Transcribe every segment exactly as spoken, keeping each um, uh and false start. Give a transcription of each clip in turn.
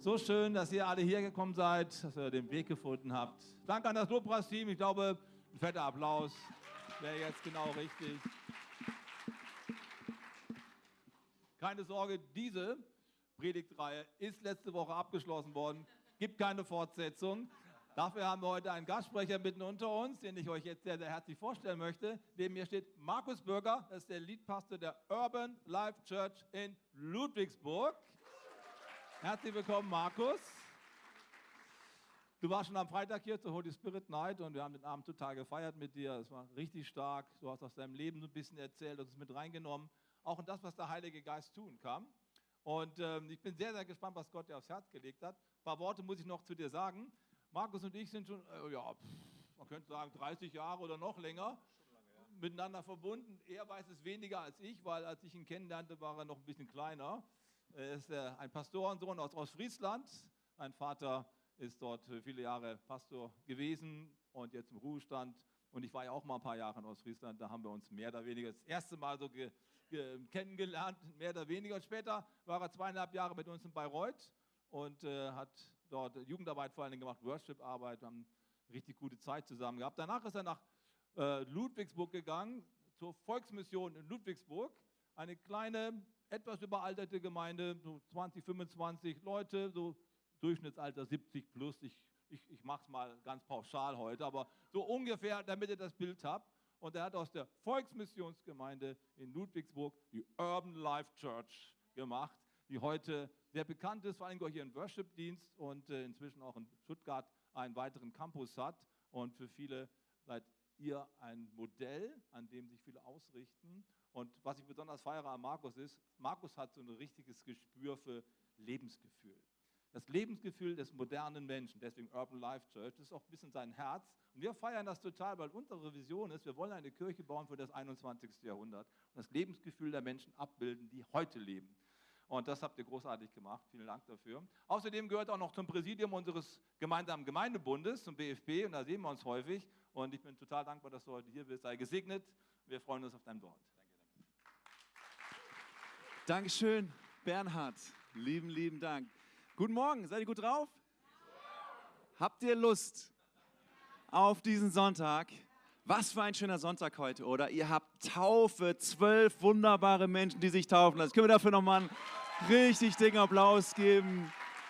So schön, dass ihr alle hier gekommen seid, dass ihr den Weg gefunden habt. Danke an das Lobpreisteam. Ich glaube, ein fetter Applaus wäre jetzt genau richtig. Keine Sorge, diese Predigtreihe ist letzte Woche abgeschlossen worden. Gibt keine Fortsetzung. Dafür haben wir heute einen Gastsprecher mitten unter uns, den ich euch jetzt sehr, sehr herzlich vorstellen möchte. Neben mir steht Markus Bürger, das ist der Leadpastor der Urban Life Church in Ludwigsburg. Herzlich willkommen, Markus. Du warst schon am Freitag hier zur Holy Spirit Night und wir haben den Abend total gefeiert mit dir. Es war richtig stark. Du hast aus deinem Leben so ein bisschen erzählt und es mit reingenommen. Auch in das, was der Heilige Geist tun kann. Und ähm, ich bin sehr, sehr gespannt, was Gott dir aufs Herz gelegt hat. Ein paar Worte muss ich noch zu dir sagen. Markus und ich sind schon, äh, ja, pff, man könnte sagen, dreißig Jahre oder noch länger schon lange, ja. miteinander verbunden. Er weiß es weniger als ich, weil als ich ihn kennenlernte, war er noch ein bisschen kleiner. Er ist äh, ein Pastorensohn aus Ostfriesland. Mein Vater ist dort für viele Jahre Pastor gewesen und jetzt im Ruhestand. Und ich war ja auch mal ein paar Jahre in Ostfriesland. Da haben wir uns mehr oder weniger das erste Mal so ge, ge, kennengelernt, mehr oder weniger. Und später war er zweieinhalb Jahre mit uns in Bayreuth und äh, hat dort Jugendarbeit vor allem gemacht, Worship-Arbeit. Wir haben eine richtig gute Zeit zusammen gehabt. Danach ist er nach äh, Ludwigsburg gegangen, zur Volksmission in Ludwigsburg. Eine kleine, etwas überalterte Gemeinde, so zwanzig, fünfundzwanzig Leute, so Durchschnittsalter siebzig plus. Ich, ich, ich mache es mal ganz pauschal heute, aber so ungefähr, damit ihr das Bild habt. Und er hat aus der Volksmissionsgemeinde in Ludwigsburg die Urban Life Church gemacht, die heute sehr bekannt ist, vor allem auch hier im Worship-Dienst und äh, inzwischen auch in Stuttgart einen weiteren Campus hat. Und für viele seid ihr ein Modell, an dem sich viele ausrichten. Und was ich besonders feiere an Markus ist, Markus hat so ein richtiges Gespür für Lebensgefühl. Das Lebensgefühl des modernen Menschen, deswegen Urban Life Church, das ist auch ein bisschen sein Herz. Und wir feiern das total, weil unsere Vision ist, wir wollen eine Kirche bauen für das einundzwanzigste Jahrhundert und das Lebensgefühl der Menschen abbilden, die heute leben. Und das habt ihr großartig gemacht. Vielen Dank dafür. Außerdem gehört auch noch zum Präsidium unseres gemeinsamen Gemeindebundes, zum B F B, und da sehen wir uns häufig. Und ich bin total dankbar, dass du heute hier bist. Sei gesegnet. Wir freuen uns auf dein Wort. Danke, danke. Dankeschön, Bernhard. Lieben, lieben Dank. Guten Morgen, seid ihr gut drauf? Habt ihr Lust auf diesen Sonntag? Was für ein schöner Sonntag heute, oder? Ihr habt Taufe, zwölf wunderbare Menschen, die sich taufen lassen. Können wir dafür nochmal einen richtig dicken Applaus geben?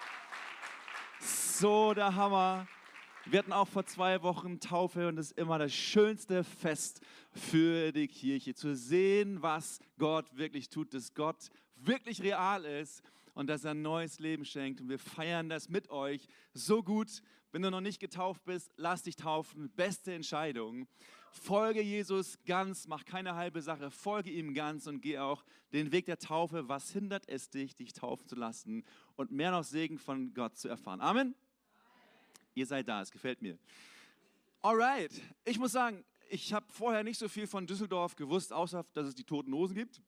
So, der Hammer. Wir hatten auch vor zwei Wochen Taufe und es ist immer das schönste Fest für die Kirche. Zu sehen, was Gott wirklich tut, dass Gott wirklich real ist und dass er ein neues Leben schenkt. Und wir feiern das mit euch so gut. Wenn du noch nicht getauft bist, lass dich taufen. Beste Entscheidung. Folge Jesus ganz, mach keine halbe Sache. Folge ihm ganz und geh auch den Weg der Taufe. Was hindert es dich, dich taufen zu lassen und mehr noch Segen von Gott zu erfahren? Amen. Ihr seid da, es gefällt mir. Alright, ich muss sagen, ich habe vorher nicht so viel von Düsseldorf gewusst, außer dass es die Toten Hosen gibt.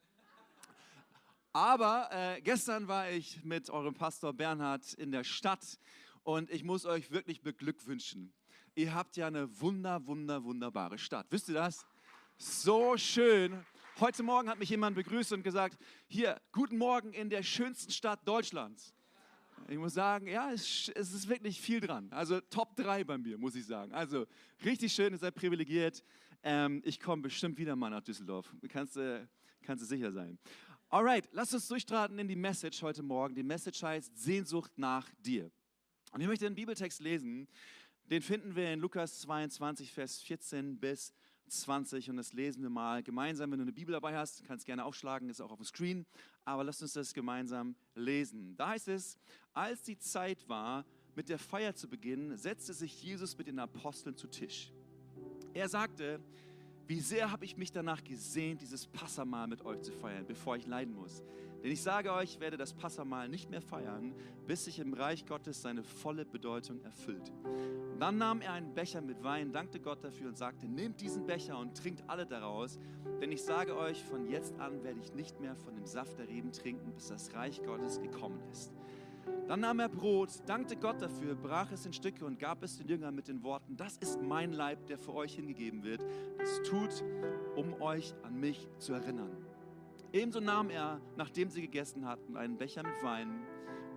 Aber äh, gestern war ich mit eurem Pastor Bernhard in der Stadt und ich muss euch wirklich beglückwünschen. Ihr habt ja eine wunder, wunder, wunderbare Stadt. Wisst ihr das? So schön. Heute Morgen hat mich jemand begrüßt und gesagt, hier, guten Morgen in der schönsten Stadt Deutschlands. Ich muss sagen, ja, es, es ist wirklich viel dran. Also Top drei bei mir, muss ich sagen. Also richtig schön, ihr seid privilegiert. Ähm, ich komme bestimmt wieder mal nach Düsseldorf. Kannst du äh, kannst du sicher sein. Alright, lasst uns durchstarten in die Message heute Morgen. Die Message heißt Sehnsucht nach dir. Und ich möchte einen Bibeltext lesen. Den finden wir in Lukas zweiundzwanzig, Vers vierzehn bis zwanzig. Und das lesen wir mal gemeinsam. Wenn du eine Bibel dabei hast, kannst du gerne aufschlagen, ist auch auf dem Screen. Aber lasst uns das gemeinsam lesen. Da heißt es, als die Zeit war, mit der Feier zu beginnen, setzte sich Jesus mit den Aposteln zu Tisch. Er sagte, wie sehr habe ich mich danach gesehnt, dieses Passamahl mit euch zu feiern, bevor ich leiden muss. Denn ich sage euch, ich werde das Passamahl nicht mehr feiern, bis sich im Reich Gottes seine volle Bedeutung erfüllt. Dann nahm er einen Becher mit Wein, dankte Gott dafür und sagte, nehmt diesen Becher und trinkt alle daraus, denn ich sage euch, von jetzt an werde ich nicht mehr von dem Saft der Reben trinken, bis das Reich Gottes gekommen ist. Dann nahm er Brot, dankte Gott dafür, brach es in Stücke und gab es den Jüngern mit den Worten, das ist mein Leib, der für euch hingegeben wird. Das tut, um euch an mich zu erinnern. Ebenso nahm er, nachdem sie gegessen hatten, einen Becher mit Wein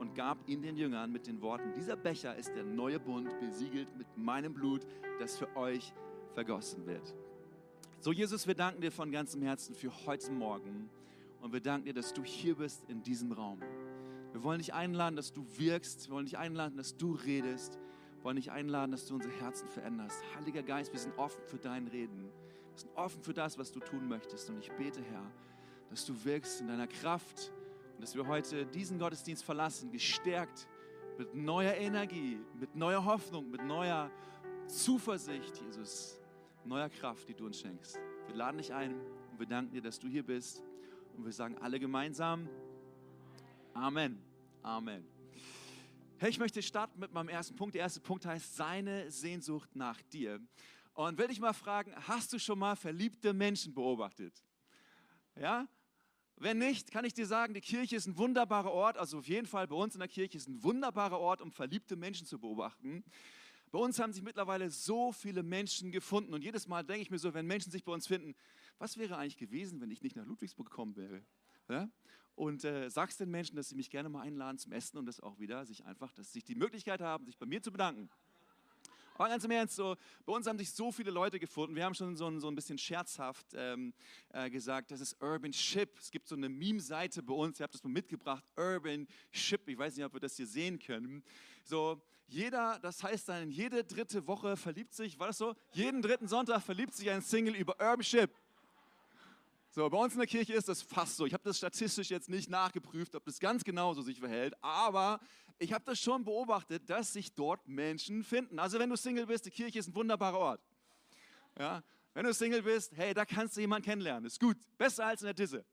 und gab ihn den Jüngern mit den Worten, dieser Becher ist der neue Bund, besiegelt mit meinem Blut, das für euch vergossen wird. So, Jesus, wir danken dir von ganzem Herzen für heute Morgen und wir danken dir, dass du hier bist in diesem Raum. Wir wollen dich einladen, dass du wirkst, wir wollen dich einladen, dass du redest, wir wollen dich einladen, dass du unsere Herzen veränderst. Heiliger Geist, wir sind offen für dein Reden, wir sind offen für das, was du tun möchtest und ich bete, Herr, dass du wirkst in deiner Kraft und dass wir heute diesen Gottesdienst verlassen, gestärkt mit neuer Energie, mit neuer Hoffnung, mit neuer Zuversicht, Jesus, neuer Kraft, die du uns schenkst. Wir laden dich ein und wir danken dir, dass du hier bist und wir sagen alle gemeinsam Amen. Amen. Hey, ich möchte starten mit meinem ersten Punkt. Der erste Punkt heißt seine Sehnsucht nach dir. Und will dich mal fragen, hast du schon mal verliebte Menschen beobachtet? Ja? Wenn nicht, kann ich dir sagen, die Kirche ist ein wunderbarer Ort, also auf jeden Fall bei uns in der Kirche ist ein wunderbarer Ort, um verliebte Menschen zu beobachten. Bei uns haben sich mittlerweile so viele Menschen gefunden und jedes Mal denke ich mir so, wenn Menschen sich bei uns finden, was wäre eigentlich gewesen, wenn ich nicht nach Ludwigsburg gekommen wäre? Ja? Und äh, sagst den Menschen, dass sie mich gerne mal einladen zum Essen und das auch wieder, sich einfach, dass sie die Möglichkeit haben, sich bei mir zu bedanken. Aber ganz im Ernst, so, bei uns haben sich so viele Leute gefunden. Wir haben schon so ein, so ein bisschen scherzhaft ähm, äh, gesagt, das ist Urban Ship. Es gibt so eine Meme-Seite bei uns, ihr habt das mal mitgebracht, Urban Ship. Ich weiß nicht, ob wir das hier sehen können. So, jeder, das heißt dann, jede dritte Woche verliebt sich, war das so? Jeden dritten Sonntag verliebt sich ein Single über Urban Ship. So, bei uns in der Kirche ist das fast so. Ich habe das statistisch jetzt nicht nachgeprüft, ob das ganz genauso sich verhält, aber ich habe das schon beobachtet, dass sich dort Menschen finden. Also wenn du Single bist, die Kirche ist ein wunderbarer Ort. Ja? Wenn du Single bist, hey, da kannst du jemanden kennenlernen. Ist gut, besser als in der Disse.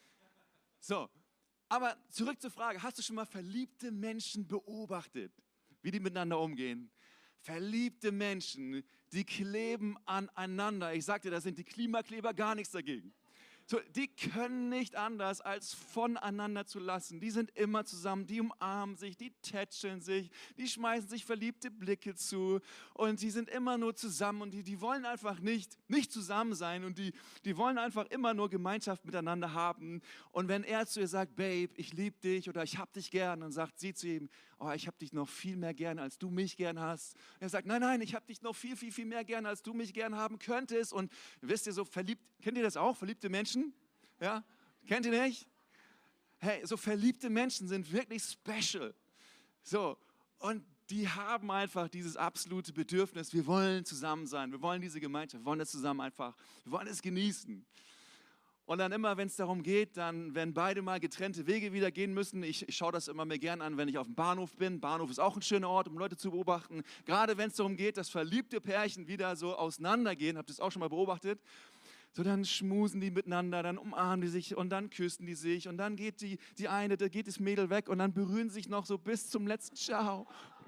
So, aber zurück zur Frage, hast du schon mal verliebte Menschen beobachtet, wie die miteinander umgehen? Verliebte Menschen, die kleben aneinander. Ich sagte, da sind die Klimakleber gar nichts dagegen. So, die können nicht anders, als voneinander zu lassen. Die sind immer zusammen, die umarmen sich, die tätscheln sich, die schmeißen sich verliebte Blicke zu und die sind immer nur zusammen und die, die wollen einfach nicht, nicht zusammen sein und die, die wollen einfach immer nur Gemeinschaft miteinander haben. Und wenn er zu ihr sagt, Babe, ich liebe dich oder ich hab dich gern, dann sagt sie zu ihm, oh, ich hab dich noch viel mehr gern, als du mich gern hast. Und er sagt, nein, nein, ich hab dich noch viel, viel, viel mehr gern, als du mich gern haben könntest. Und wisst ihr, so verliebt, kennt ihr das auch, verliebte Menschen? Ja, kennt ihr nicht? Hey, so verliebte Menschen sind wirklich special. So, und die haben einfach dieses absolute Bedürfnis, wir wollen zusammen sein, wir wollen diese Gemeinschaft, wir wollen das zusammen einfach, wir wollen es genießen. Und dann immer, wenn es darum geht, dann, wenn beide mal getrennte Wege wieder gehen müssen, ich, ich schaue das immer mir gern an, wenn ich auf dem Bahnhof bin. Bahnhof ist auch ein schöner Ort, um Leute zu beobachten. Gerade wenn es darum geht, dass verliebte Pärchen wieder so auseinandergehen, habt ihr das auch schon mal beobachtet? So, dann schmusen die miteinander, dann umarmen die sich und dann küssen die sich und dann geht die, die eine, da geht das Mädel weg und dann berühren sie sich noch so bis zum letzten Ciao.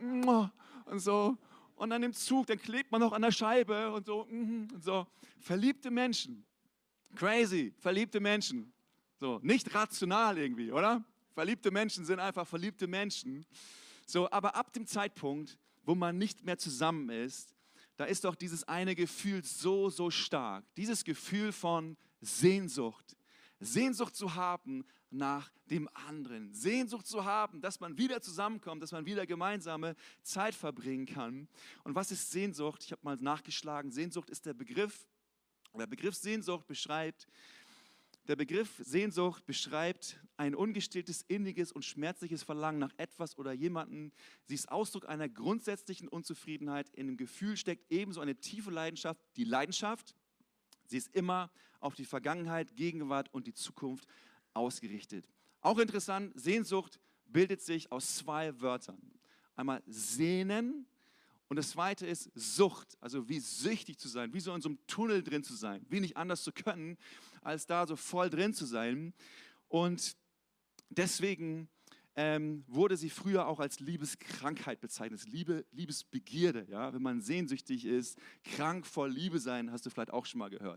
Und so. Und dann im Zug, dann klebt man noch an der Scheibe und so. Und so. Verliebte Menschen. Crazy. Verliebte Menschen. So, nicht rational irgendwie, oder? Verliebte Menschen sind einfach verliebte Menschen. So, aber ab dem Zeitpunkt, wo man nicht mehr zusammen ist, da ist doch dieses eine Gefühl so, so stark. Dieses Gefühl von Sehnsucht. Sehnsucht zu haben nach dem anderen. Sehnsucht zu haben, dass man wieder zusammenkommt, dass man wieder gemeinsame Zeit verbringen kann. Und was ist Sehnsucht? Ich habe mal nachgeschlagen. Sehnsucht ist der Begriff, der Begriff Sehnsucht beschreibt, der Begriff Sehnsucht beschreibt ein ungestilltes, inniges und schmerzliches Verlangen nach etwas oder jemandem. Sie ist Ausdruck einer grundsätzlichen Unzufriedenheit. In dem Gefühl steckt ebenso eine tiefe Leidenschaft. Die Leidenschaft, sie ist immer auf die Vergangenheit, Gegenwart und die Zukunft ausgerichtet. Auch interessant, Sehnsucht bildet sich aus zwei Wörtern. Einmal sehnen und das zweite ist Sucht, also wie süchtig zu sein, wie so in so einem Tunnel drin zu sein, wie nicht anders zu können, als da so voll drin zu sein. Und deswegen ähm, wurde sie früher auch als Liebeskrankheit bezeichnet, Liebe, Liebesbegierde. Ja? Wenn man sehnsüchtig ist, krank vor Liebe sein, hast du vielleicht auch schon mal gehört.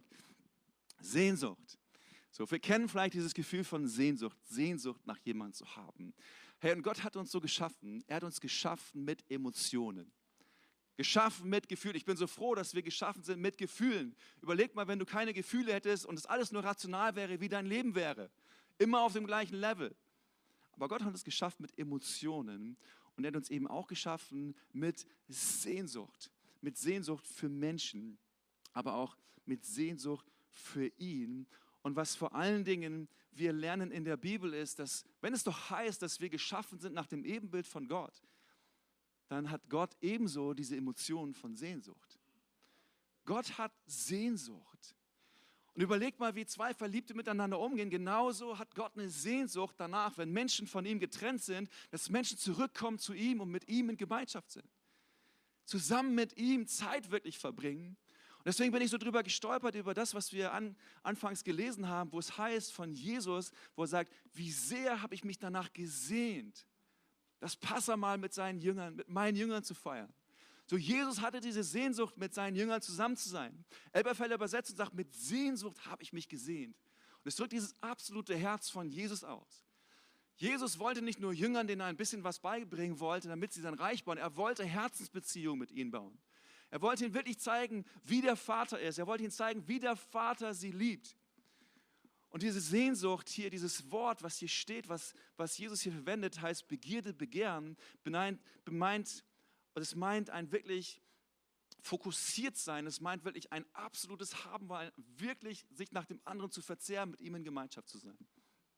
Sehnsucht. So, wir kennen vielleicht dieses Gefühl von Sehnsucht, Sehnsucht nach jemandem zu haben. Hey, und Gott hat uns so geschaffen, er hat uns geschaffen mit Emotionen. Geschaffen mit Gefühlen. Ich bin so froh, dass wir geschaffen sind mit Gefühlen. Überleg mal, wenn du keine Gefühle hättest und es alles nur rational wäre, wie dein Leben wäre. Immer auf dem gleichen Level. Aber Gott hat uns geschaffen mit Emotionen und er hat uns eben auch geschaffen mit Sehnsucht. Mit Sehnsucht für Menschen, aber auch mit Sehnsucht für ihn. Und was vor allen Dingen wir lernen in der Bibel ist, dass wenn es doch heißt, dass wir geschaffen sind nach dem Ebenbild von Gott, dann hat Gott ebenso diese Emotionen von Sehnsucht. Gott hat Sehnsucht. Und überlegt mal, wie zwei Verliebte miteinander umgehen. Genauso hat Gott eine Sehnsucht danach, wenn Menschen von ihm getrennt sind, dass Menschen zurückkommen zu ihm und mit ihm in Gemeinschaft sind. Zusammen mit ihm Zeit wirklich verbringen. Und deswegen bin ich so drüber gestolpert, über das, was wir an, anfangs gelesen haben, wo es heißt von Jesus, wo er sagt, wie sehr habe ich mich danach gesehnt, das Passamal mit seinen Jüngern, mit meinen Jüngern zu feiern. So, Jesus hatte diese Sehnsucht, mit seinen Jüngern zusammen zu sein. Elberfelder übersetzt und sagt, mit Sehnsucht habe ich mich gesehnt. Und es drückt dieses absolute Herz von Jesus aus. Jesus wollte nicht nur Jüngern, denen er ein bisschen was beibringen wollte, damit sie sein Reich bauen. Er wollte Herzensbeziehungen mit ihnen bauen. Er wollte ihnen wirklich zeigen, wie der Vater ist. Er wollte ihnen zeigen, wie der Vater sie liebt. Und diese Sehnsucht hier, dieses Wort, was hier steht, was, was Jesus hier verwendet, heißt Begierde, Begehren, bemeint, bemeint Und es meint ein wirklich fokussiert sein, es meint wirklich ein absolutes Haben, weil wirklich sich nach dem anderen zu verzehren, mit ihm in Gemeinschaft zu sein.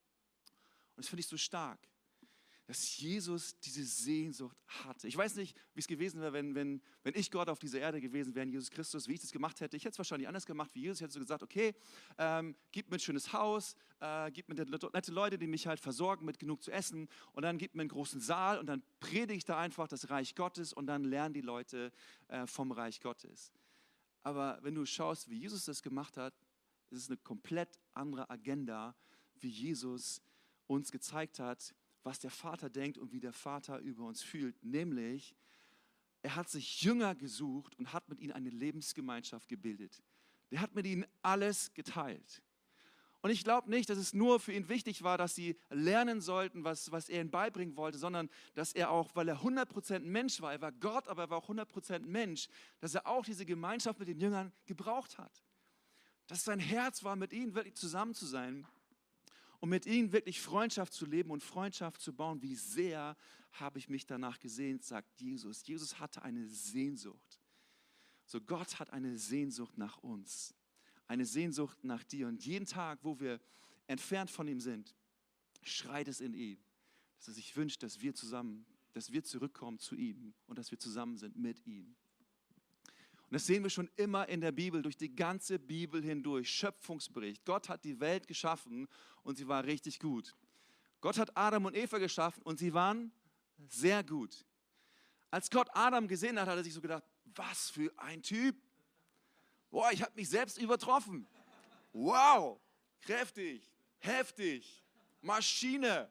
Und das finde ich so stark, dass Jesus diese Sehnsucht hatte. Ich weiß nicht, wie es gewesen wäre, wenn, wenn, wenn ich Gott auf dieser Erde gewesen wäre, Jesus Christus, wie ich das gemacht hätte. Ich hätte es wahrscheinlich anders gemacht wie Jesus. Ich hätte so gesagt, okay, ähm, gib mir ein schönes Haus, äh, gib mir nette Leute, die mich halt versorgen mit genug zu essen und dann gib mir einen großen Saal und dann predige ich da einfach das Reich Gottes und dann lernen die Leute äh, vom Reich Gottes. Aber wenn du schaust, wie Jesus das gemacht hat, ist es eine komplett andere Agenda, wie Jesus uns gezeigt hat, was der Vater denkt und wie der Vater über uns fühlt. Nämlich, er hat sich Jünger gesucht und hat mit ihnen eine Lebensgemeinschaft gebildet. Der hat mit ihnen alles geteilt. Und ich glaube nicht, dass es nur für ihn wichtig war, dass sie lernen sollten, was, was er ihnen beibringen wollte, sondern dass er auch, weil er hundert Prozent Mensch war, er war Gott, aber er war auch hundert Prozent Mensch, dass er auch diese Gemeinschaft mit den Jüngern gebraucht hat. Dass sein Herz war, mit ihnen wirklich zusammen zu sein. Um mit ihnen wirklich Freundschaft zu leben und Freundschaft zu bauen, wie sehr habe ich mich danach gesehnt, sagt Jesus. Jesus hatte eine Sehnsucht. So, Gott hat eine Sehnsucht nach uns, eine Sehnsucht nach dir. Und jeden Tag, wo wir entfernt von ihm sind, schreit es in ihm, dass er sich wünscht, dass wir zusammen, dass wir zurückkommen zu ihm und dass wir zusammen sind mit ihm. Und das sehen wir schon immer in der Bibel, durch die ganze Bibel hindurch. Schöpfungsbericht. Gott hat die Welt geschaffen und sie war richtig gut. Gott hat Adam und Eva geschaffen und sie waren sehr gut. Als Gott Adam gesehen hat, hat er sich so gedacht, was für ein Typ. Boah, ich habe mich selbst übertroffen. Wow, kräftig, heftig, Maschine.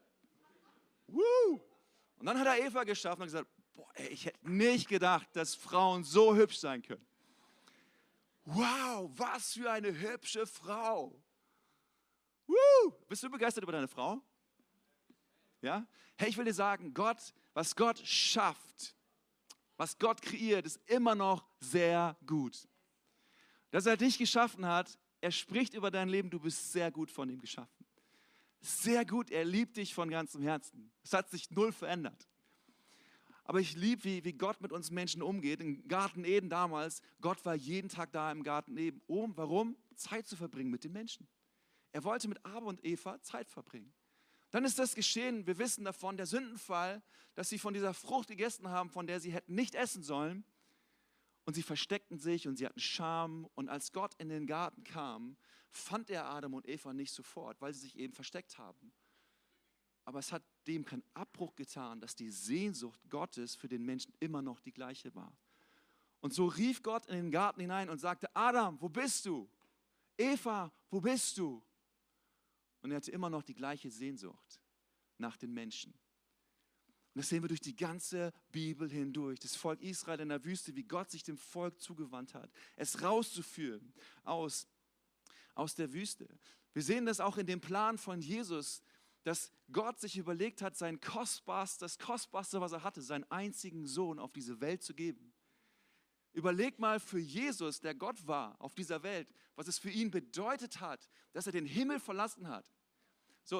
Woo. Und dann hat er Eva geschaffen und gesagt, boah, ey, ich hätte nicht gedacht, dass Frauen so hübsch sein können. Wow, was für eine hübsche Frau. Woo. Bist du begeistert über deine Frau? Ja? Hey, ich will dir sagen, Gott, was Gott schafft, was Gott kreiert, ist immer noch sehr gut. Dass er dich geschaffen hat, er spricht über dein Leben, du bist sehr gut von ihm geschaffen. Sehr gut, er liebt dich von ganzem Herzen. Es hat sich null verändert. Aber ich liebe, wie, wie Gott mit uns Menschen umgeht. Im Garten Eden damals, Gott war jeden Tag da im Garten Eden. Um, warum? Zeit zu verbringen mit den Menschen. Er wollte mit Adam und Eva Zeit verbringen. Dann ist das geschehen, wir wissen davon, der Sündenfall, dass sie von dieser Frucht gegessen haben, von der sie hätten nicht essen sollen. Und sie versteckten sich und sie hatten Scham. Und als Gott in den Garten kam, fand er Adam und Eva nicht sofort, weil sie sich eben versteckt haben. Aber es hat dem keinen Abbruch getan, dass die Sehnsucht Gottes für den Menschen immer noch die gleiche war. Und so rief Gott in den Garten hinein und sagte, Adam, wo bist du? Eva, wo bist du? Und er hatte immer noch die gleiche Sehnsucht nach den Menschen. Und das sehen wir durch die ganze Bibel hindurch. Das Volk Israel in der Wüste, wie Gott sich dem Volk zugewandt hat, es rauszuführen aus, aus der Wüste. Wir sehen das auch in dem Plan von Jesus, dass Gott sich überlegt hat, sein kostbarstes, das Kostbarste, was er hatte, seinen einzigen Sohn auf diese Welt zu geben. Überleg mal für Jesus, der Gott war auf dieser Welt, was es für ihn bedeutet hat, dass er den Himmel verlassen hat. So,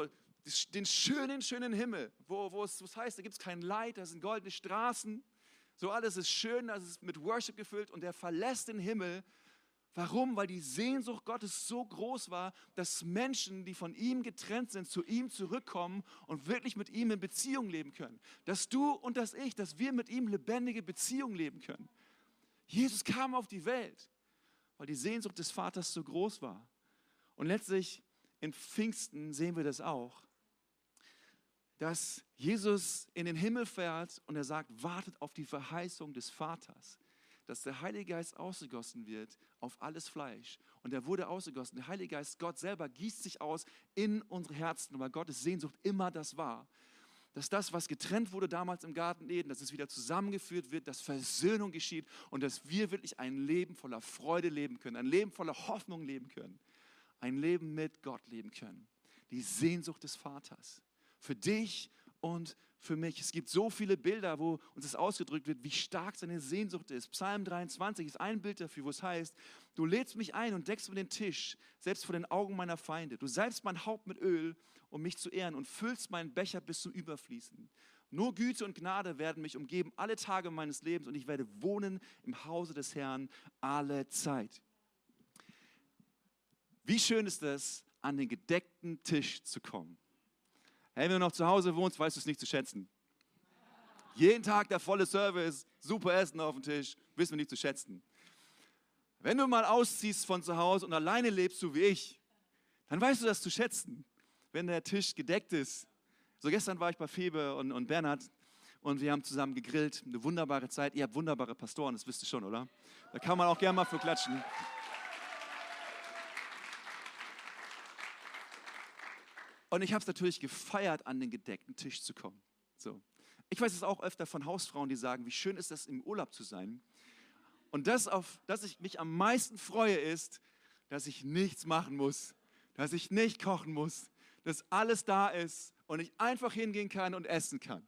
den schönen, schönen Himmel, wo, wo es, wo es heißt, da gibt es kein Leid, da sind goldene Straßen, so alles ist schön, das ist mit Worship gefüllt und er verlässt den Himmel. Warum? Weil die Sehnsucht Gottes so groß war, dass Menschen, die von ihm getrennt sind, zu ihm zurückkommen und wirklich mit ihm in Beziehung leben können. Dass du und dass ich, dass wir mit ihm lebendige Beziehung leben können. Jesus kam auf die Welt, weil die Sehnsucht des Vaters so groß war. Und letztlich in Pfingsten sehen wir das auch, dass Jesus in den Himmel fährt und er sagt, wartet auf die Verheißung des Vaters, dass der Heilige Geist ausgegossen wird auf alles Fleisch. Und er wurde ausgegossen. Der Heilige Geist, Gott selber, gießt sich aus in unsere Herzen, weil Gottes Sehnsucht immer das war. Dass das, was getrennt wurde damals im Garten Eden, dass es wieder zusammengeführt wird, dass Versöhnung geschieht und dass wir wirklich ein Leben voller Freude leben können, ein Leben voller Hoffnung leben können, ein Leben mit Gott leben können. Die Sehnsucht des Vaters. Für dich und für mich. Es gibt so viele Bilder, wo uns das ausgedrückt wird, wie stark seine Sehnsucht ist. Psalm dreiundzwanzig ist ein Bild dafür, wo es heißt, du lädst mich ein und deckst mir den Tisch, selbst vor den Augen meiner Feinde. Du salbst mein Haupt mit Öl, um mich zu ehren und füllst meinen Becher bis zum Überfließen. Nur Güte und Gnade werden mich umgeben alle Tage meines Lebens und ich werde wohnen im Hause des Herrn alle Zeit. Wie schön ist es, an den gedeckten Tisch zu kommen. Hey, wenn du noch zu Hause wohnst, weißt du es nicht zu schätzen. Jeden Tag der volle Service, super Essen auf dem Tisch, wissen wir nicht zu schätzen. Wenn du mal ausziehst von zu Hause und alleine lebst, so wie ich, dann weißt du das zu schätzen, wenn der Tisch gedeckt ist. So gestern war ich bei Febe und, und Bernhard und wir haben zusammen gegrillt, eine wunderbare Zeit. Ihr habt wunderbare Pastoren, das wisst ihr schon, oder? Da kann man auch gerne mal für klatschen. Und ich habe es natürlich gefeiert, an den gedeckten Tisch zu kommen. So. Ich weiß es auch öfter von Hausfrauen, die sagen, wie schön ist es, im Urlaub zu sein. Und das, auf das ich mich am meisten freue, ist, dass ich nichts machen muss, dass ich nicht kochen muss, dass alles da ist und ich einfach hingehen kann und essen kann.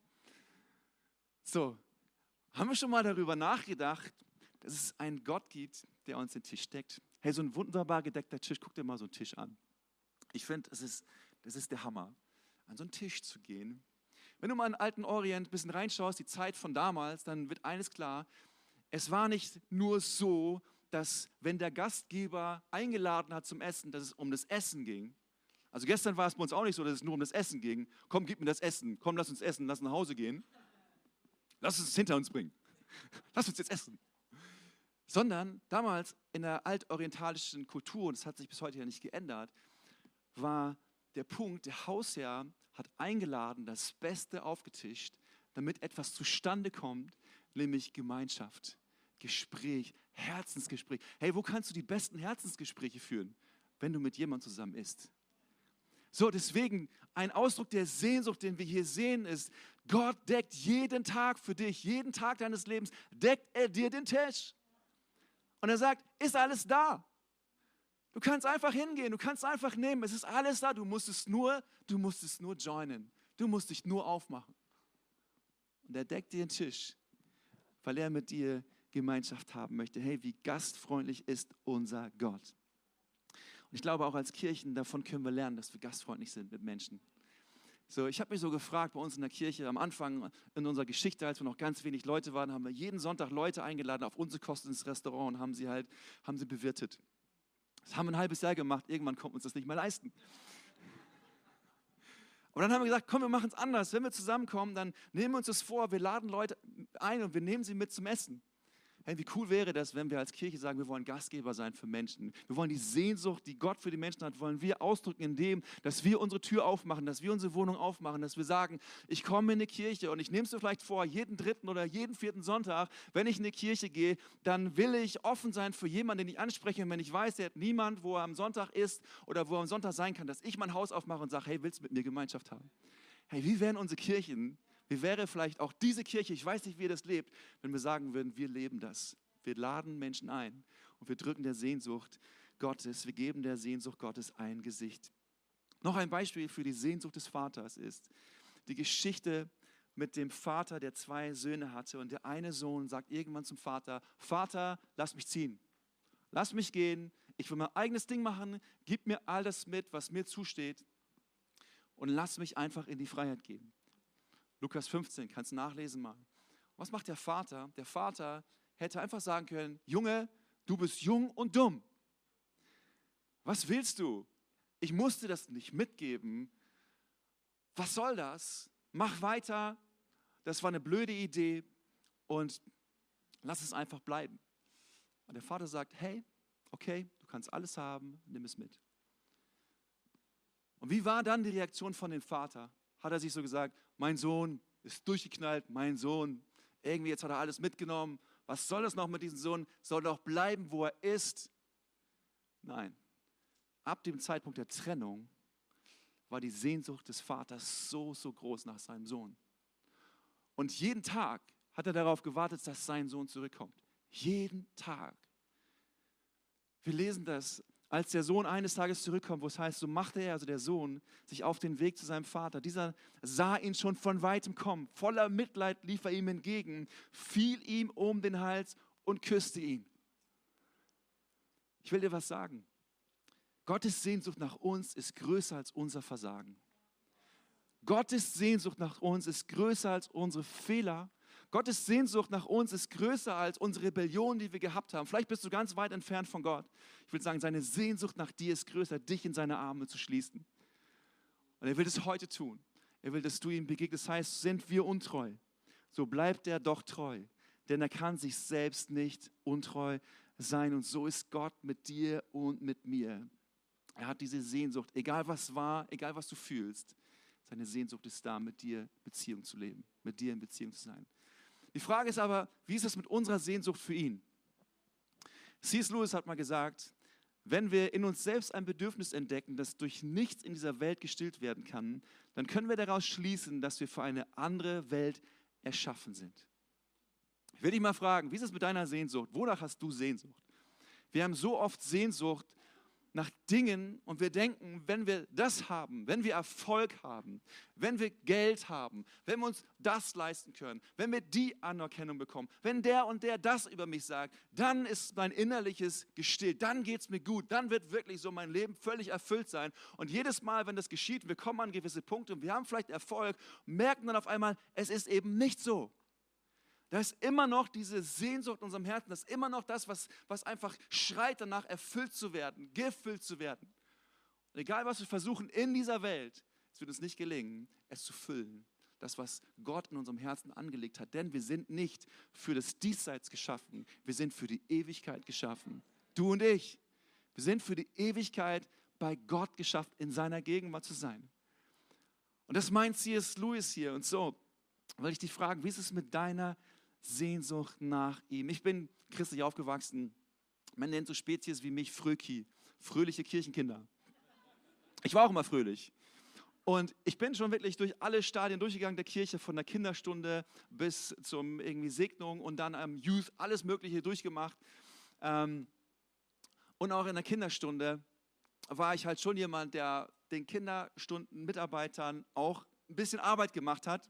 So, haben wir schon mal darüber nachgedacht, dass es einen Gott gibt, der uns den Tisch deckt? Hey, so ein wunderbar gedeckter Tisch, guck dir mal so einen Tisch an. Ich finde, es ist Das ist der Hammer, an so einen Tisch zu gehen. Wenn du mal in den alten Orient ein bisschen reinschaust, die Zeit von damals, dann wird eines klar, es war nicht nur so, dass wenn der Gastgeber eingeladen hat zum Essen, dass es um das Essen ging. Also gestern war es bei uns auch nicht so, dass es nur um das Essen ging. Komm, gib mir das Essen. Komm, lass uns essen, lass nach Hause gehen. Lass uns es hinter uns bringen. Lass uns jetzt essen. Sondern damals in der altorientalischen Kultur, und das hat sich bis heute ja nicht geändert, war der Punkt, der Hausherr hat eingeladen, das Beste aufgetischt, damit etwas zustande kommt, nämlich Gemeinschaft, Gespräch, Herzensgespräch. Hey, wo kannst du die besten Herzensgespräche führen? Wenn du mit jemandem zusammen isst. So, deswegen ein Ausdruck der Sehnsucht, den wir hier sehen, ist, Gott deckt jeden Tag für dich, jeden Tag deines Lebens, deckt er dir den Tisch. Und er sagt, ist alles da. Du kannst einfach hingehen, du kannst einfach nehmen, es ist alles da, du musst es nur, du musst es nur joinen, du musst dich nur aufmachen. Und er deckt dir den Tisch, weil er mit dir Gemeinschaft haben möchte. Hey, wie gastfreundlich ist unser Gott. Und ich glaube auch als Kirchen, davon können wir lernen, dass wir gastfreundlich sind mit Menschen. So, ich habe mich so gefragt, bei uns in der Kirche, am Anfang in unserer Geschichte, als wir noch ganz wenig Leute waren, haben wir jeden Sonntag Leute eingeladen auf unsere Kosten ins Restaurant und haben sie halt, haben sie bewirtet. Das haben wir ein halbes Jahr gemacht, irgendwann konnten wir uns das nicht mehr leisten. Und dann haben wir gesagt, komm, wir machen es anders. Wenn wir zusammenkommen, dann nehmen wir uns das vor, wir laden Leute ein und wir nehmen sie mit zum Essen. Hey, wie cool wäre das, wenn wir als Kirche sagen, wir wollen Gastgeber sein für Menschen. Wir wollen die Sehnsucht, die Gott für die Menschen hat, wollen wir ausdrücken in dem, dass wir unsere Tür aufmachen, dass wir unsere Wohnung aufmachen, dass wir sagen, ich komme in eine Kirche und ich nehme es mir vielleicht vor, jeden dritten oder jeden vierten Sonntag, wenn ich in eine Kirche gehe, dann will ich offen sein für jemanden, den ich anspreche. Und wenn ich weiß, er hat niemand, wo er am Sonntag ist oder wo er am Sonntag sein kann, dass ich mein Haus aufmache und sage, hey, willst du mit mir Gemeinschaft haben? Hey, wie wären unsere Kirchen? Wie wäre vielleicht auch diese Kirche, ich weiß nicht, wie ihr das lebt, wenn wir sagen würden, wir leben das. Wir laden Menschen ein und wir drücken der Sehnsucht Gottes, wir geben der Sehnsucht Gottes ein Gesicht. Noch ein Beispiel für die Sehnsucht des Vaters ist die Geschichte mit dem Vater, der zwei Söhne hatte. Und der eine Sohn sagt irgendwann zum Vater, Vater, lass mich ziehen. Lass mich gehen, ich will mein eigenes Ding machen, gib mir alles mit, was mir zusteht. und lass mich einfach in die Freiheit gehen. Lukas fünfzehn, kannst du nachlesen mal. Was macht der Vater? Der Vater hätte einfach sagen können, Junge, du bist jung und dumm. Was willst du? Ich musste das nicht mitgeben. Was soll das? Mach weiter. Das war eine blöde Idee und lass es einfach bleiben. Und der Vater sagt, hey, okay, du kannst alles haben, nimm es mit. Und wie war dann die Reaktion von dem Vater? Hat er sich so gesagt, mein Sohn ist durchgeknallt, mein Sohn, irgendwie jetzt hat er alles mitgenommen. Was soll das noch mit diesem Sohn? Soll doch bleiben, wo er ist. Nein, ab dem Zeitpunkt der Trennung war die Sehnsucht des Vaters so, so groß nach seinem Sohn. Und jeden Tag hat er darauf gewartet, dass sein Sohn zurückkommt. Jeden Tag. Wir lesen das, als der Sohn eines Tages zurückkommt, wo es heißt, so machte er, also der Sohn, sich auf den Weg zu seinem Vater. Dieser sah ihn schon von weitem kommen. Voller Mitleid lief er ihm entgegen, fiel ihm um den Hals und küsste ihn. Ich will dir was sagen. Gottes Sehnsucht nach uns ist größer als unser Versagen. Gottes Sehnsucht nach uns ist größer als unsere Fehler. Gottes Sehnsucht nach uns ist größer als unsere Rebellion, die wir gehabt haben. Vielleicht bist du ganz weit entfernt von Gott. Ich will sagen, seine Sehnsucht nach dir ist größer, dich in seine Arme zu schließen. Und er will das heute tun. Er will, dass du ihm begegnest. Das heißt, sind wir untreu, so bleibt er doch treu. Denn er kann sich selbst nicht untreu sein. Und so ist Gott mit dir und mit mir. Er hat diese Sehnsucht, egal was war, egal was du fühlst. Seine Sehnsucht ist da, mit dir Beziehung zu leben, mit dir in Beziehung zu sein. Die Frage ist aber, wie ist es mit unserer Sehnsucht für ihn? C S Lewis hat mal gesagt, wenn wir in uns selbst ein Bedürfnis entdecken, das durch nichts in dieser Welt gestillt werden kann, dann können wir daraus schließen, dass wir für eine andere Welt erschaffen sind. Ich will dich mal fragen, wie ist es mit deiner Sehnsucht? Wonach hast du Sehnsucht? Wir haben so oft Sehnsucht nach Dingen und wir denken, wenn wir das haben, wenn wir Erfolg haben, wenn wir Geld haben, wenn wir uns das leisten können, wenn wir die Anerkennung bekommen, wenn der und der das über mich sagt, dann ist mein Innerliches gestillt, dann geht es mir gut, dann wird wirklich so mein Leben völlig erfüllt sein. Und jedes Mal, wenn das geschieht, wir kommen an gewisse Punkte und wir haben vielleicht Erfolg, merken dann auf einmal, es ist eben nicht so. Da ist immer noch diese Sehnsucht in unserem Herzen, das ist immer noch das, was, was einfach schreit danach, erfüllt zu werden, gefüllt zu werden. Und egal, was wir versuchen in dieser Welt, es wird uns nicht gelingen, es zu füllen. Das, was Gott in unserem Herzen angelegt hat. Denn wir sind nicht für das Diesseits geschaffen, wir sind für die Ewigkeit geschaffen. Du und ich, wir sind für die Ewigkeit bei Gott geschaffen, in seiner Gegenwart zu sein. Und das meint C S Lewis hier. Und so will ich dich fragen, wie ist es mit deiner Sehnsucht nach ihm? Ich bin christlich aufgewachsen. Man nennt so Spezies wie mich Fröki, fröhliche Kirchenkinder. Ich war auch immer fröhlich. Und ich bin schon wirklich durch alle Stadien durchgegangen der Kirche, von der Kinderstunde bis zum irgendwie Segnung und dann am Youth, alles Mögliche durchgemacht. Und auch in der Kinderstunde war ich halt schon jemand, der den Kinderstundenmitarbeitern auch ein bisschen Arbeit gemacht hat.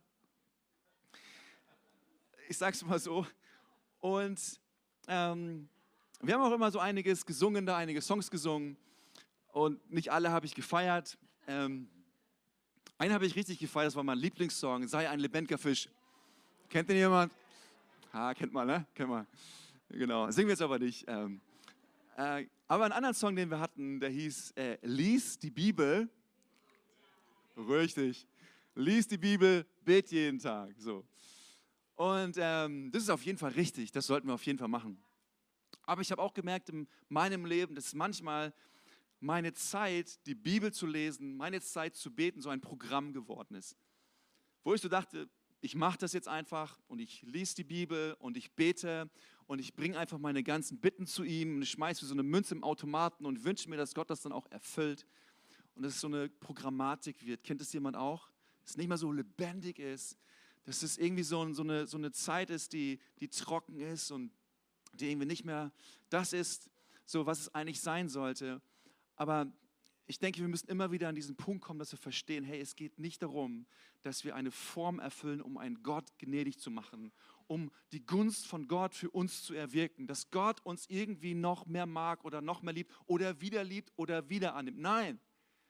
Ich sag's mal so. Und ähm, wir haben auch immer so einiges gesungen, da einige Songs gesungen. Und nicht alle habe ich gefeiert. Ähm, einen habe ich richtig gefeiert, das war mein Lieblingssong, Sei ein lebendiger Fisch. Kennt den jemand? Ah, kennt man, ne? Kennt man. Genau, singen wir jetzt aber nicht. Ähm, äh, aber einen anderen Song, den wir hatten, der hieß äh, Lies die Bibel. Richtig. Lies die Bibel, bet jeden Tag. So. Und ähm, das ist auf jeden Fall richtig, das sollten wir auf jeden Fall machen. Aber ich habe auch gemerkt in meinem Leben, dass manchmal meine Zeit, die Bibel zu lesen, meine Zeit zu beten, so ein Programm geworden ist. Wo ich so dachte, ich mache das jetzt einfach und ich lese die Bibel und ich bete und ich bringe einfach meine ganzen Bitten zu ihm und ich schmeiße so eine Münze im Automaten und wünsche mir, dass Gott das dann auch erfüllt. Und dass es so eine Programmatik wird. Kennt es jemand auch? Dass es nicht mehr so lebendig ist. Dass es irgendwie so, so, eine, so eine Zeit ist, die, die trocken ist und die irgendwie nicht mehr das ist, so was es eigentlich sein sollte. Aber ich denke, wir müssen immer wieder an diesen Punkt kommen, dass wir verstehen, hey, es geht nicht darum, dass wir eine Form erfüllen, um einen Gott gnädig zu machen, um die Gunst von Gott für uns zu erwirken, dass Gott uns irgendwie noch mehr mag oder noch mehr liebt oder wieder liebt oder wieder annimmt. Nein,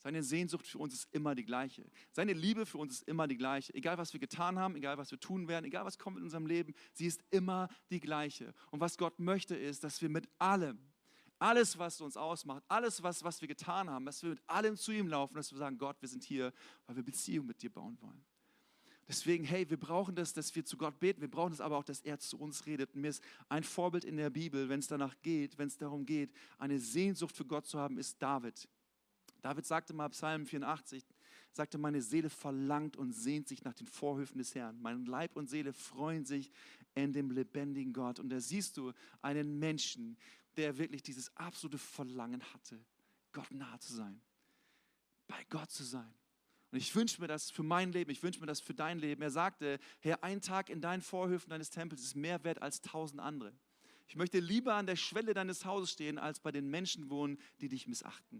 Seine Sehnsucht für uns ist immer die gleiche. Seine Liebe für uns ist immer die gleiche. Egal, was wir getan haben, egal, was wir tun werden, egal, was kommt in unserem Leben, sie ist immer die gleiche. Und was Gott möchte, ist, dass wir mit allem, alles, was uns ausmacht, alles, was, was wir getan haben, dass wir mit allem zu ihm laufen, dass wir sagen, Gott, wir sind hier, weil wir Beziehung mit dir bauen wollen. Deswegen, hey, wir brauchen das, dass wir zu Gott beten. Wir brauchen es aber auch, dass er zu uns redet. Und mir ist ein Vorbild in der Bibel, wenn es danach geht, wenn es darum geht, eine Sehnsucht für Gott zu haben, ist David. David sagte mal, Psalm vierundachtzig, sagte, meine Seele verlangt und sehnt sich nach den Vorhöfen des Herrn. Mein Leib und Seele freuen sich in dem lebendigen Gott. Und da siehst du einen Menschen, der wirklich dieses absolute Verlangen hatte, Gott nahe zu sein, bei Gott zu sein. Und ich wünsche mir das für mein Leben, ich wünsche mir das für dein Leben. Er sagte, Herr, ein Tag in deinen Vorhöfen deines Tempels ist mehr wert als tausend andere. Ich möchte lieber an der Schwelle deines Hauses stehen, als bei den Menschen wohnen, die dich missachten.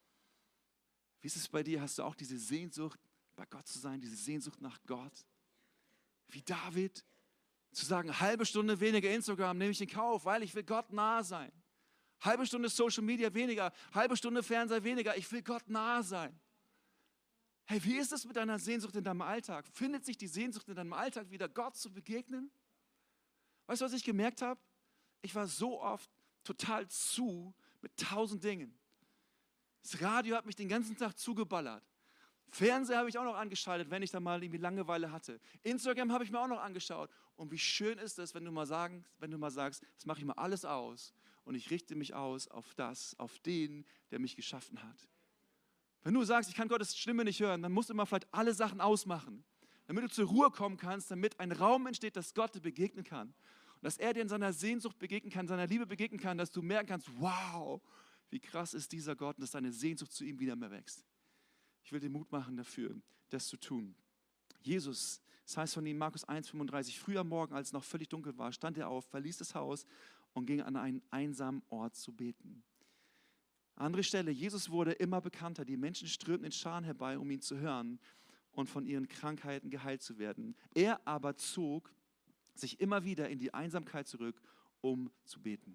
Wie ist es bei dir? Hast du auch diese Sehnsucht, bei Gott zu sein, diese Sehnsucht nach Gott? Wie David, zu sagen, halbe Stunde weniger Instagram nehme ich in Kauf, weil ich will Gott nahe sein. Halbe Stunde Social Media weniger, halbe Stunde Fernseher weniger, ich will Gott nahe sein. Hey, wie ist es mit deiner Sehnsucht in deinem Alltag? Findet sich die Sehnsucht in deinem Alltag wieder, Gott zu begegnen? Weißt du, was ich gemerkt habe? Ich war so oft total zu mit tausend Dingen. Das Radio hat mich den ganzen Tag zugeballert. Fernseher habe ich auch noch angeschaltet, wenn ich da mal irgendwie Langeweile hatte. Instagram habe ich mir auch noch angeschaut. Und wie schön ist es, wenn du mal, sagen, wenn du mal sagst, das mache ich mal alles aus und ich richte mich aus auf das, auf den, der mich geschaffen hat. Wenn du sagst, ich kann Gottes Stimme nicht hören, dann musst du immer vielleicht alle Sachen ausmachen, damit du zur Ruhe kommen kannst, damit ein Raum entsteht, dass Gott dir begegnen kann. Und dass er dir in seiner Sehnsucht begegnen kann, seiner Liebe begegnen kann, dass du merken kannst, wow, wie krass ist dieser Gott und dass deine Sehnsucht zu ihm wieder mehr wächst. Ich will dir Mut machen dafür, das zu tun. Jesus, das heißt von ihm, Markus eins fünfunddreißig, früh am Morgen, als es noch völlig dunkel war, stand er auf, verließ das Haus und ging an einen einsamen Ort zu beten. Andere Stelle, Jesus wurde immer bekannter. Die Menschen strömten in Scharen herbei, um ihn zu hören und von ihren Krankheiten geheilt zu werden. Er aber zog sich immer wieder in die Einsamkeit zurück, um zu beten.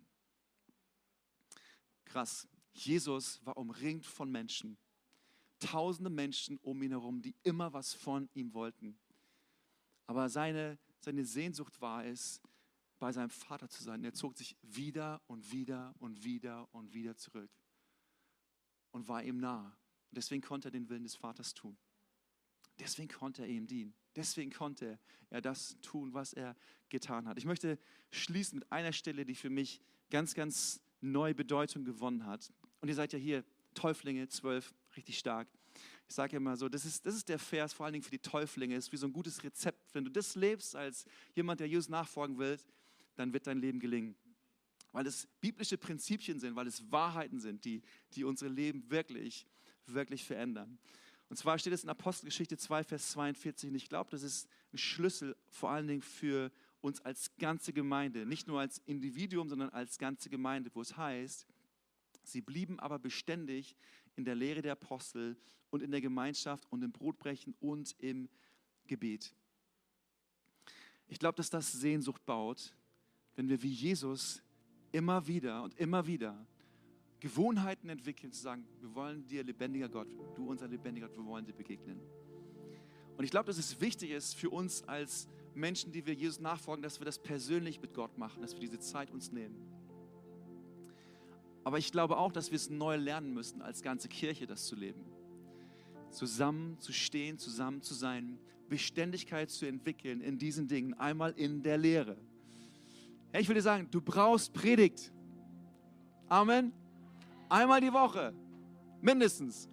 Krass, Jesus war umringt von Menschen. Tausende Menschen um ihn herum, die immer was von ihm wollten. Aber seine, seine Sehnsucht war es, bei seinem Vater zu sein. Er zog sich wieder und wieder und wieder und wieder zurück und war ihm nah. Und deswegen konnte er den Willen des Vaters tun. Deswegen konnte er ihm dienen. Deswegen konnte er das tun, was er getan hat. Ich möchte schließen mit einer Stelle, die für mich ganz, ganz neue Bedeutung gewonnen hat. Und ihr seid ja hier Täuflinge, zwölf, richtig stark. Ich sage immer so, das ist, das ist der Vers, vor allen Dingen für die Täuflinge, ist wie so ein gutes Rezept. Wenn du das lebst als jemand, der Jesus nachfolgen will, dann wird dein Leben gelingen. Weil es biblische Prinzipien sind, weil es Wahrheiten sind, die, die unsere Leben wirklich, wirklich verändern. Und zwar steht es in Apostelgeschichte zwei, Vers zweiundvierzig. Und ich glaube, das ist ein Schlüssel vor allen Dingen für uns als ganze Gemeinde. Nicht nur als Individuum, sondern als ganze Gemeinde, wo es heißt, sie blieben aber beständig in der Lehre der Apostel und in der Gemeinschaft und im Brotbrechen und im Gebet. Ich glaube, dass das Sehnsucht baut, wenn wir wie Jesus immer wieder und immer wieder Gewohnheiten entwickeln, zu sagen, wir wollen dir, lebendiger Gott, du unser lebendiger Gott, wir wollen dir begegnen. Und ich glaube, dass es wichtig ist für uns als Menschen, die wir Jesus nachfolgen, dass wir das persönlich mit Gott machen, dass wir diese Zeit uns nehmen. Aber ich glaube auch, dass wir es neu lernen müssen, als ganze Kirche das zu leben. Zusammen zu stehen, zusammen zu sein, Beständigkeit zu entwickeln in diesen Dingen, einmal in der Lehre. Ja, ich will dir sagen, du brauchst Predigt. Amen. Einmal die Woche, mindestens.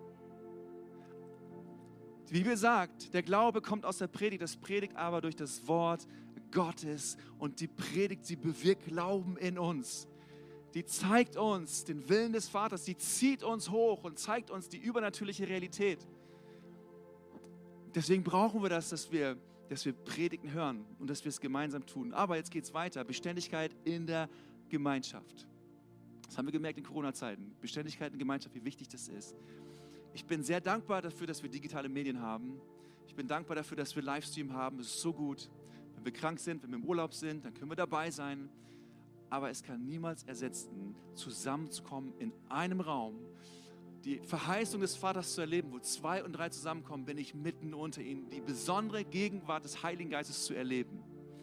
Die Bibel sagt, der Glaube kommt aus der Predigt, das Predigt aber durch das Wort Gottes. Und die Predigt, sie bewirkt Glauben in uns. Die zeigt uns den Willen des Vaters, die zieht uns hoch und zeigt uns die übernatürliche Realität. Deswegen brauchen wir das, dass wir, dass wir Predigten hören und dass wir es gemeinsam tun. Aber jetzt geht es weiter, Beständigkeit in der Gemeinschaft. Das haben wir gemerkt in Corona-Zeiten. Beständigkeit in Gemeinschaft, wie wichtig das ist. Ich bin sehr dankbar dafür, dass wir digitale Medien haben. Ich bin dankbar dafür, dass wir Livestream haben. Es ist so gut. Wenn wir krank sind, wenn wir im Urlaub sind, dann können wir dabei sein. Aber es kann niemals ersetzen, zusammenzukommen in einem Raum, die Verheißung des Vaters zu erleben, wo zwei und drei zusammenkommen, bin ich mitten unter ihnen, die besondere Gegenwart des Heiligen Geistes zu erleben.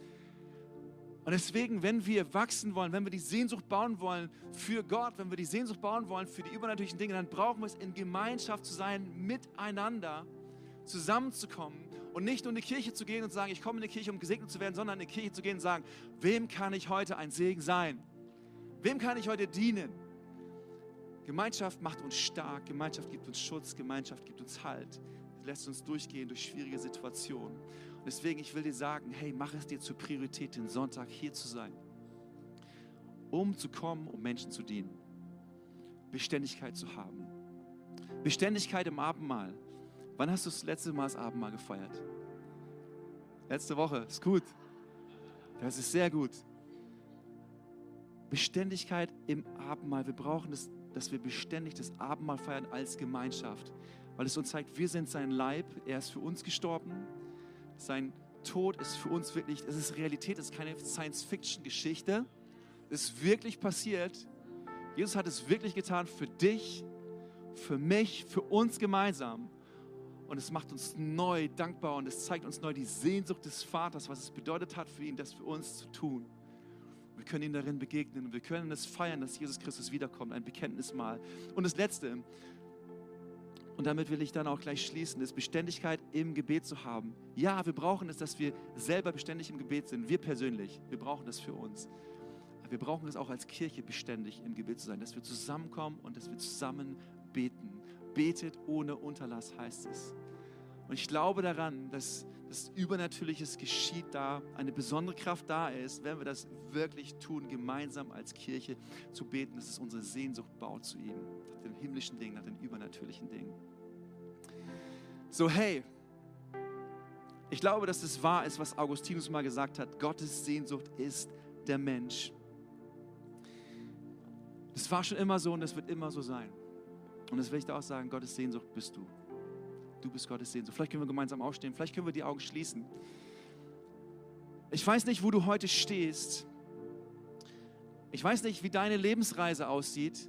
Und deswegen, wenn wir wachsen wollen, wenn wir die Sehnsucht bauen wollen für Gott, wenn wir die Sehnsucht bauen wollen für die übernatürlichen Dinge, dann brauchen wir es, in Gemeinschaft zu sein, miteinander zusammenzukommen und nicht nur in die Kirche zu gehen und zu sagen, ich komme in die Kirche, um gesegnet zu werden, sondern in die Kirche zu gehen und sagen, wem kann ich heute ein Segen sein? Wem kann ich heute dienen? Gemeinschaft macht uns stark, Gemeinschaft gibt uns Schutz, Gemeinschaft gibt uns Halt, lässt uns durchgehen durch schwierige Situationen. Und deswegen, ich will dir sagen, hey, mach es dir zur Priorität, den Sonntag hier zu sein, um zu kommen, um Menschen zu dienen, Beständigkeit zu haben. Beständigkeit im Abendmahl. Wann hast du das letzte Mal das Abendmahl gefeiert? Letzte Woche, ist gut. Das ist sehr gut. Beständigkeit im Abendmahl. Wir brauchen das, dass wir beständig das Abendmahl feiern als Gemeinschaft, weil es uns zeigt, wir sind sein Leib, er ist für uns gestorben, sein Tod ist für uns wirklich, es ist Realität, es ist keine Science-Fiction-Geschichte, es ist wirklich passiert. Jesus hat es wirklich getan für dich, für mich, für uns gemeinsam. Und es macht uns neu dankbar und es zeigt uns neu die Sehnsucht des Vaters, was es bedeutet hat für ihn, das für uns zu tun. Wir können ihm darin begegnen und wir können es feiern, dass Jesus Christus wiederkommt, ein Bekenntnismahl. Und das Letzte, und damit will ich dann auch gleich schließen, ist Beständigkeit im Gebet zu haben. Ja, wir brauchen es, dass wir selber beständig im Gebet sind, wir persönlich, wir brauchen das für uns. Aber wir brauchen es auch als Kirche, beständig im Gebet zu sein, dass wir zusammenkommen und dass wir zusammen beten. Betet ohne Unterlass, heißt es. Und ich glaube daran, dass das Übernatürliches geschieht da, eine besondere Kraft da ist, wenn wir das wirklich tun, gemeinsam als Kirche zu beten, dass es unsere Sehnsucht baut zu ihm, nach den himmlischen Dingen, nach den übernatürlichen Dingen. So, hey, ich glaube, dass es wahr ist, was Augustinus mal gesagt hat, Gottes Sehnsucht ist der Mensch. Das war schon immer so und das wird immer so sein. Und das will ich da auch sagen, Gottes Sehnsucht bist du. Du bist Gottes Sehnsucht. Vielleicht können wir gemeinsam aufstehen, vielleicht können wir die Augen schließen. Ich weiß nicht, wo du heute stehst. Ich weiß nicht, wie deine Lebensreise aussieht.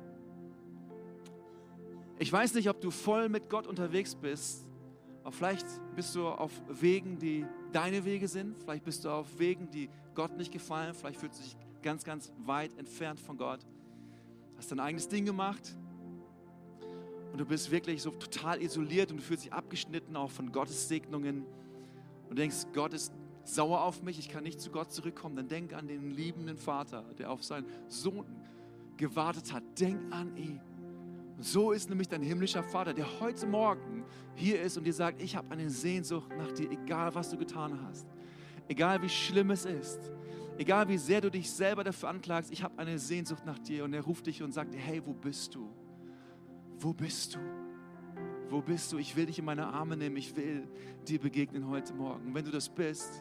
Ich weiß nicht, ob du voll mit Gott unterwegs bist. Aber vielleicht bist du auf Wegen, die deine Wege sind. Vielleicht bist du auf Wegen, die Gott nicht gefallen. Vielleicht fühlst du dich ganz, ganz weit entfernt von Gott. Hast dein eigenes Ding gemacht. Und du bist wirklich so total isoliert und du fühlst dich abgeschnitten auch von Gottes Segnungen und denkst, Gott ist sauer auf mich, ich kann nicht zu Gott zurückkommen. Dann denk an den liebenden Vater, der auf seinen Sohn gewartet hat. Denk an ihn. Und so ist nämlich dein himmlischer Vater, der heute Morgen hier ist und dir sagt, ich habe eine Sehnsucht nach dir, egal was du getan hast. Egal wie schlimm es ist. Egal wie sehr du dich selber dafür anklagst, ich habe eine Sehnsucht nach dir. Und er ruft dich und sagt dir, hey, wo bist du? Wo bist du? Wo bist du? Ich will dich in meine Arme nehmen. Ich will dir begegnen heute Morgen. Und wenn du das bist,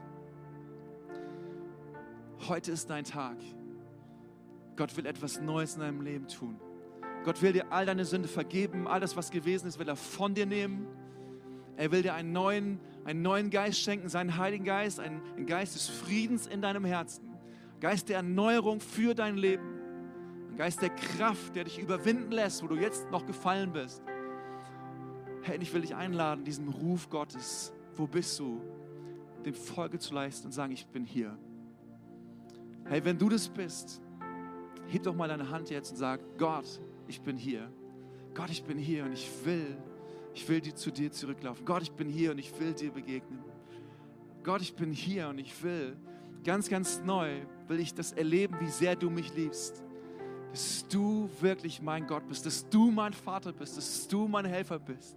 heute ist dein Tag. Gott will etwas Neues in deinem Leben tun. Gott will dir all deine Sünde vergeben. All das, was gewesen ist, will er von dir nehmen. Er will dir einen neuen, einen neuen Geist schenken, seinen Heiligen Geist, einen, einen Geist des Friedens in deinem Herzen. Geist der Erneuerung für dein Leben. Ein Geist der Kraft, der dich überwinden lässt, wo du jetzt noch gefallen bist. Hey, ich will dich einladen, diesem Ruf Gottes, wo bist du, dem Folge zu leisten und sagen, ich bin hier. Hey, wenn du das bist, heb doch mal deine Hand jetzt und sag, Gott, ich bin hier. Gott, ich bin hier und ich will, ich will dir, zu dir zurücklaufen. Gott, ich bin hier und ich will dir begegnen. Gott, ich bin hier und ich will, ganz, ganz neu, will ich das erleben, wie sehr du mich liebst. Dass du wirklich mein Gott bist, dass du mein Vater bist, dass du mein Helfer bist.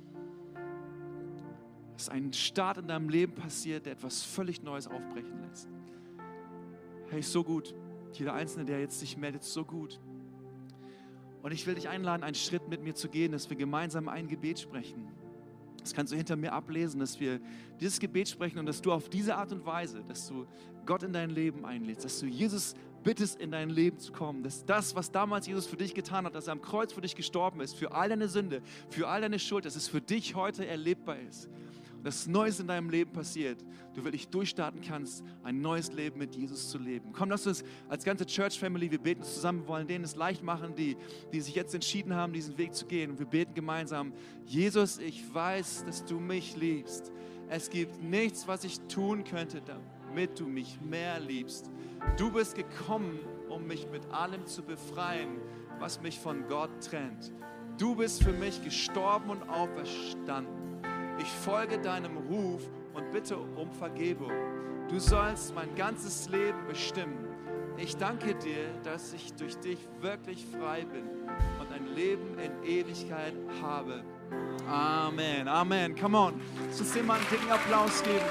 Dass ein Start in deinem Leben passiert, der etwas völlig Neues aufbrechen lässt. Hey, so gut. Jeder Einzelne, der jetzt sich meldet, so gut. Und ich will dich einladen, einen Schritt mit mir zu gehen, dass wir gemeinsam ein Gebet sprechen. Das kannst du hinter mir ablesen, dass wir dieses Gebet sprechen und dass du auf diese Art und Weise, dass du Gott in dein Leben einlädst, dass du Jesus bittest, in dein Leben zu kommen, dass das, was damals Jesus für dich getan hat, dass er am Kreuz für dich gestorben ist, für all deine Sünde, für all deine Schuld, dass es für dich heute erlebbar ist. dass Neues in deinem Leben passiert, du wirklich durchstarten kannst, ein neues Leben mit Jesus zu leben. Komm, lass uns als ganze Church Family, wir beten zusammen, wir wollen denen es leicht machen, die, die sich jetzt entschieden haben, diesen Weg zu gehen. Und wir beten gemeinsam, Jesus, ich weiß, dass du mich liebst. Es gibt nichts, was ich tun könnte, damit du mich mehr liebst. Du bist gekommen, um mich mit allem zu befreien, was mich von Gott trennt. Du bist für mich gestorben und auferstanden. Ich folge deinem Ruf und bitte um Vergebung. Du sollst mein ganzes Leben bestimmen. Ich danke dir, dass ich durch dich wirklich frei bin und ein Leben in Ewigkeit habe. Amen, Amen. Come on, lass uns dem mal einen dicken Applaus geben.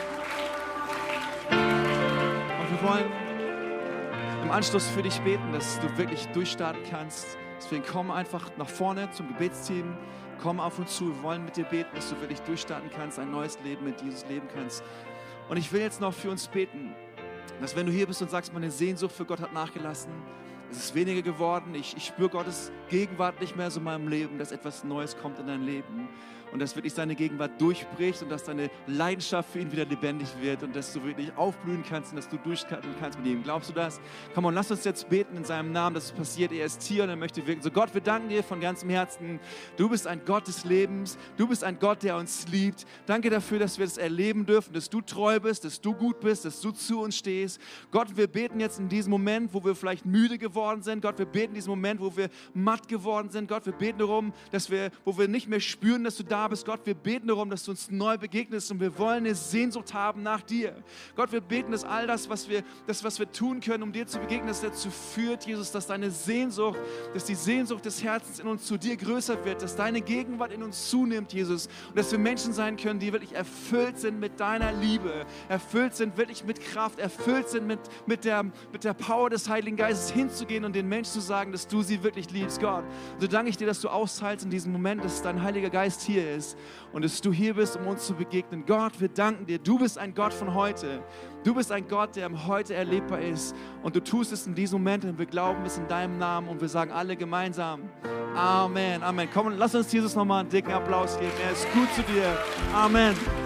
Und wir wollen im Anschluss für dich beten, dass du wirklich durchstarten kannst. Deswegen komm einfach nach vorne zum Gebetsteam. Komm auf uns zu, wir wollen mit dir beten, dass du wirklich durchstarten kannst, ein neues Leben mit Jesus leben kannst. Und ich will jetzt noch für uns beten, dass wenn du hier bist und sagst, meine Sehnsucht für Gott hat nachgelassen, es ist weniger geworden, ich, ich spüre Gottes Gegenwart nicht mehr so in meinem Leben, dass etwas Neues kommt in dein Leben und dass wirklich seine Gegenwart durchbricht und dass deine Leidenschaft für ihn wieder lebendig wird und dass du wirklich aufblühen kannst und dass du durchstarten kannst mit ihm. Glaubst du das? Komm on, lass uns jetzt beten in seinem Namen, dass es passiert. Er ist hier und er möchte wirken. So Gott, wir danken dir von ganzem Herzen. Du bist ein Gott des Lebens. Du bist ein Gott, der uns liebt. Danke dafür, dass wir das erleben dürfen, dass du treu bist, dass du gut bist, dass du zu uns stehst. Gott, wir beten jetzt in diesem Moment, wo wir vielleicht müde geworden sind. Gott, wir beten in diesem Moment, wo wir matt geworden sind. Gott, wir beten darum, dass wir, wo wir nicht mehr spüren, dass du da bist. Gott, wir beten darum, dass du uns neu begegnest und wir wollen eine Sehnsucht haben nach dir. Gott, wir beten, dass all das, was wir, das, was wir tun können, um dir zu begegnen, dass dazu führt, Jesus, dass deine Sehnsucht, dass die Sehnsucht des Herzens in uns zu dir größer wird, dass deine Gegenwart in uns zunimmt, Jesus, und dass wir Menschen sein können, die wirklich erfüllt sind mit deiner Liebe, erfüllt sind wirklich mit Kraft, erfüllt sind mit, mit, der, mit der Power des Heiligen Geistes hinzugehen und den Menschen zu sagen, dass du sie wirklich liebst, Gott. Und so danke ich dir, dass du austeilst in diesem Moment, dass dein Heiliger Geist hier ist und dass du hier bist, um uns zu begegnen. Gott, wir danken dir. Du bist ein Gott von heute. Du bist ein Gott, der im Heute erlebbar ist. Und du tust es in diesem Moment und wir glauben es in deinem Namen und wir sagen alle gemeinsam Amen, Amen. Komm, lass uns Jesus nochmal einen dicken Applaus geben. Er ist gut zu dir. Amen.